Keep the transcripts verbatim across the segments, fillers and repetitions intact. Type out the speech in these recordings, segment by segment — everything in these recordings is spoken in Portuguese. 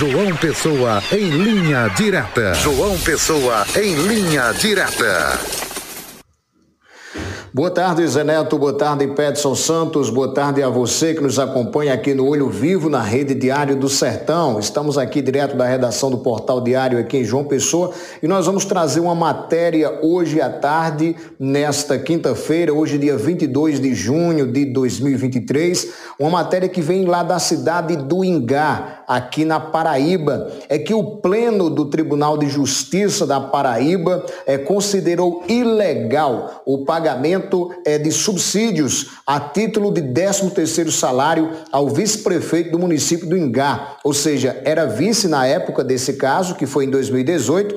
João Pessoa em linha direta. João Pessoa em linha direta. Boa tarde, Zé Neto, boa tarde, Pedson Santos, boa tarde a você que nos acompanha aqui no Olho Vivo, na Rede Diário do Sertão. Estamos aqui direto da redação do Portal Diário aqui em João Pessoa e nós vamos trazer uma matéria hoje à tarde, nesta quinta-feira, hoje dia vinte e dois de junho de dois mil e vinte e três, uma matéria que vem lá da cidade do Ingá, aqui na Paraíba. É que o Pleno do Tribunal de Justiça da Paraíba é, considerou ilegal o pagamento é, de subsídios a título de décimo terceiro salário ao vice-prefeito do município do Ingá, ou seja, era vice na época desse caso, que foi em dois mil e dezoito,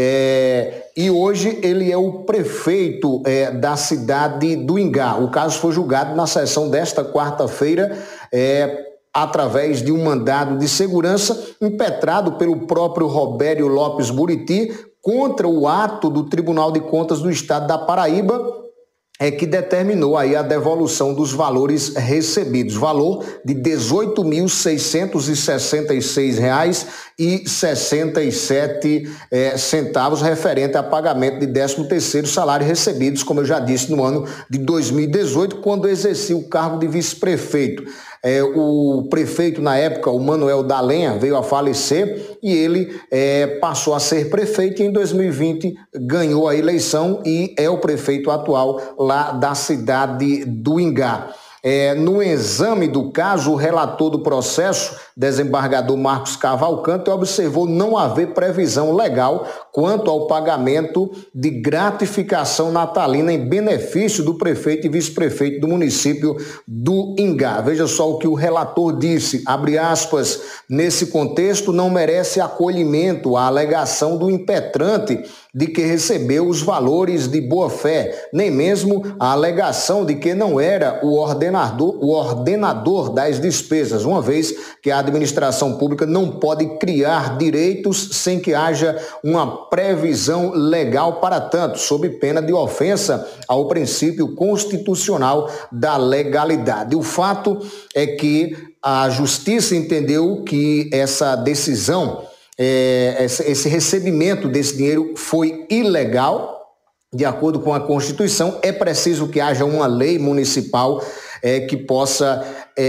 é, e hoje ele é o prefeito é, da cidade do Ingá. O caso foi julgado na sessão desta quarta-feira, é, através de um mandado de segurança impetrado pelo próprio Robério Lopes Buriti contra o ato do Tribunal de Contas do Estado da Paraíba, é que determinou aí a devolução dos valores recebidos, valor de dezoito mil seiscentos e sessenta e seis reais e sessenta e sete eh, centavos referente a pagamento de décimo terceiro salário recebidos, como eu já disse, no ano de dois mil e dezoito, quando exercia o cargo de vice-prefeito. É, o prefeito na época, o Manuel Dalenha, veio a falecer e ele é, passou a ser prefeito e em dois mil e vinte ganhou a eleição e é o prefeito atual lá da cidade do Ingá. É, no exame do caso, o relator do processo, desembargador Marcos Cavalcante, observou não haver previsão legal quanto ao pagamento de gratificação natalina em benefício do prefeito e vice-prefeito do município do Ingá. Veja só o que o relator disse, abre aspas, nesse contexto não merece acolhimento a alegação do impetrante de que recebeu os valores de boa-fé, nem mesmo a alegação de que não era o ordenador, o ordenador das despesas, uma vez que a administração pública não pode criar direitos sem que haja uma previsão legal para tanto, sob pena de ofensa ao princípio constitucional da legalidade. O fato é que a Justiça entendeu que essa decisão, É, esse recebimento desse dinheiro foi ilegal, de acordo com a Constituição. É preciso que haja uma lei municipal é, que possa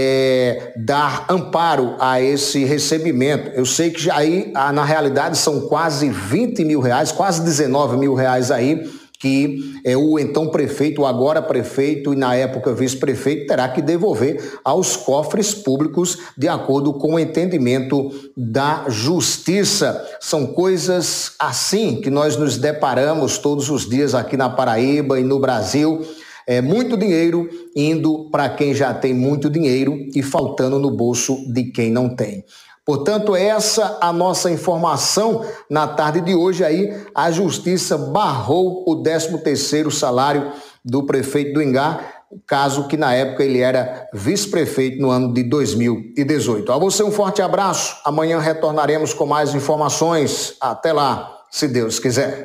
é, dar amparo a esse recebimento. Eu sei que já aí, na realidade, são quase vinte mil reais, quase dezenove mil reais aí, que é, o então prefeito, o agora prefeito e na época vice-prefeito terá que devolver aos cofres públicos de acordo com o entendimento da justiça. São coisas assim que nós nos deparamos todos os dias aqui na Paraíba e no Brasil. É muito dinheiro indo para quem já tem muito dinheiro e faltando no bolso de quem não tem. Portanto, essa a nossa informação na tarde de hoje aí, a Justiça barrou o décimo terceiro salário do prefeito do Ingá, caso que na época ele era vice-prefeito no ano de dois mil e dezoito. A você um forte abraço, amanhã retornaremos com mais informações. Até lá, se Deus quiser.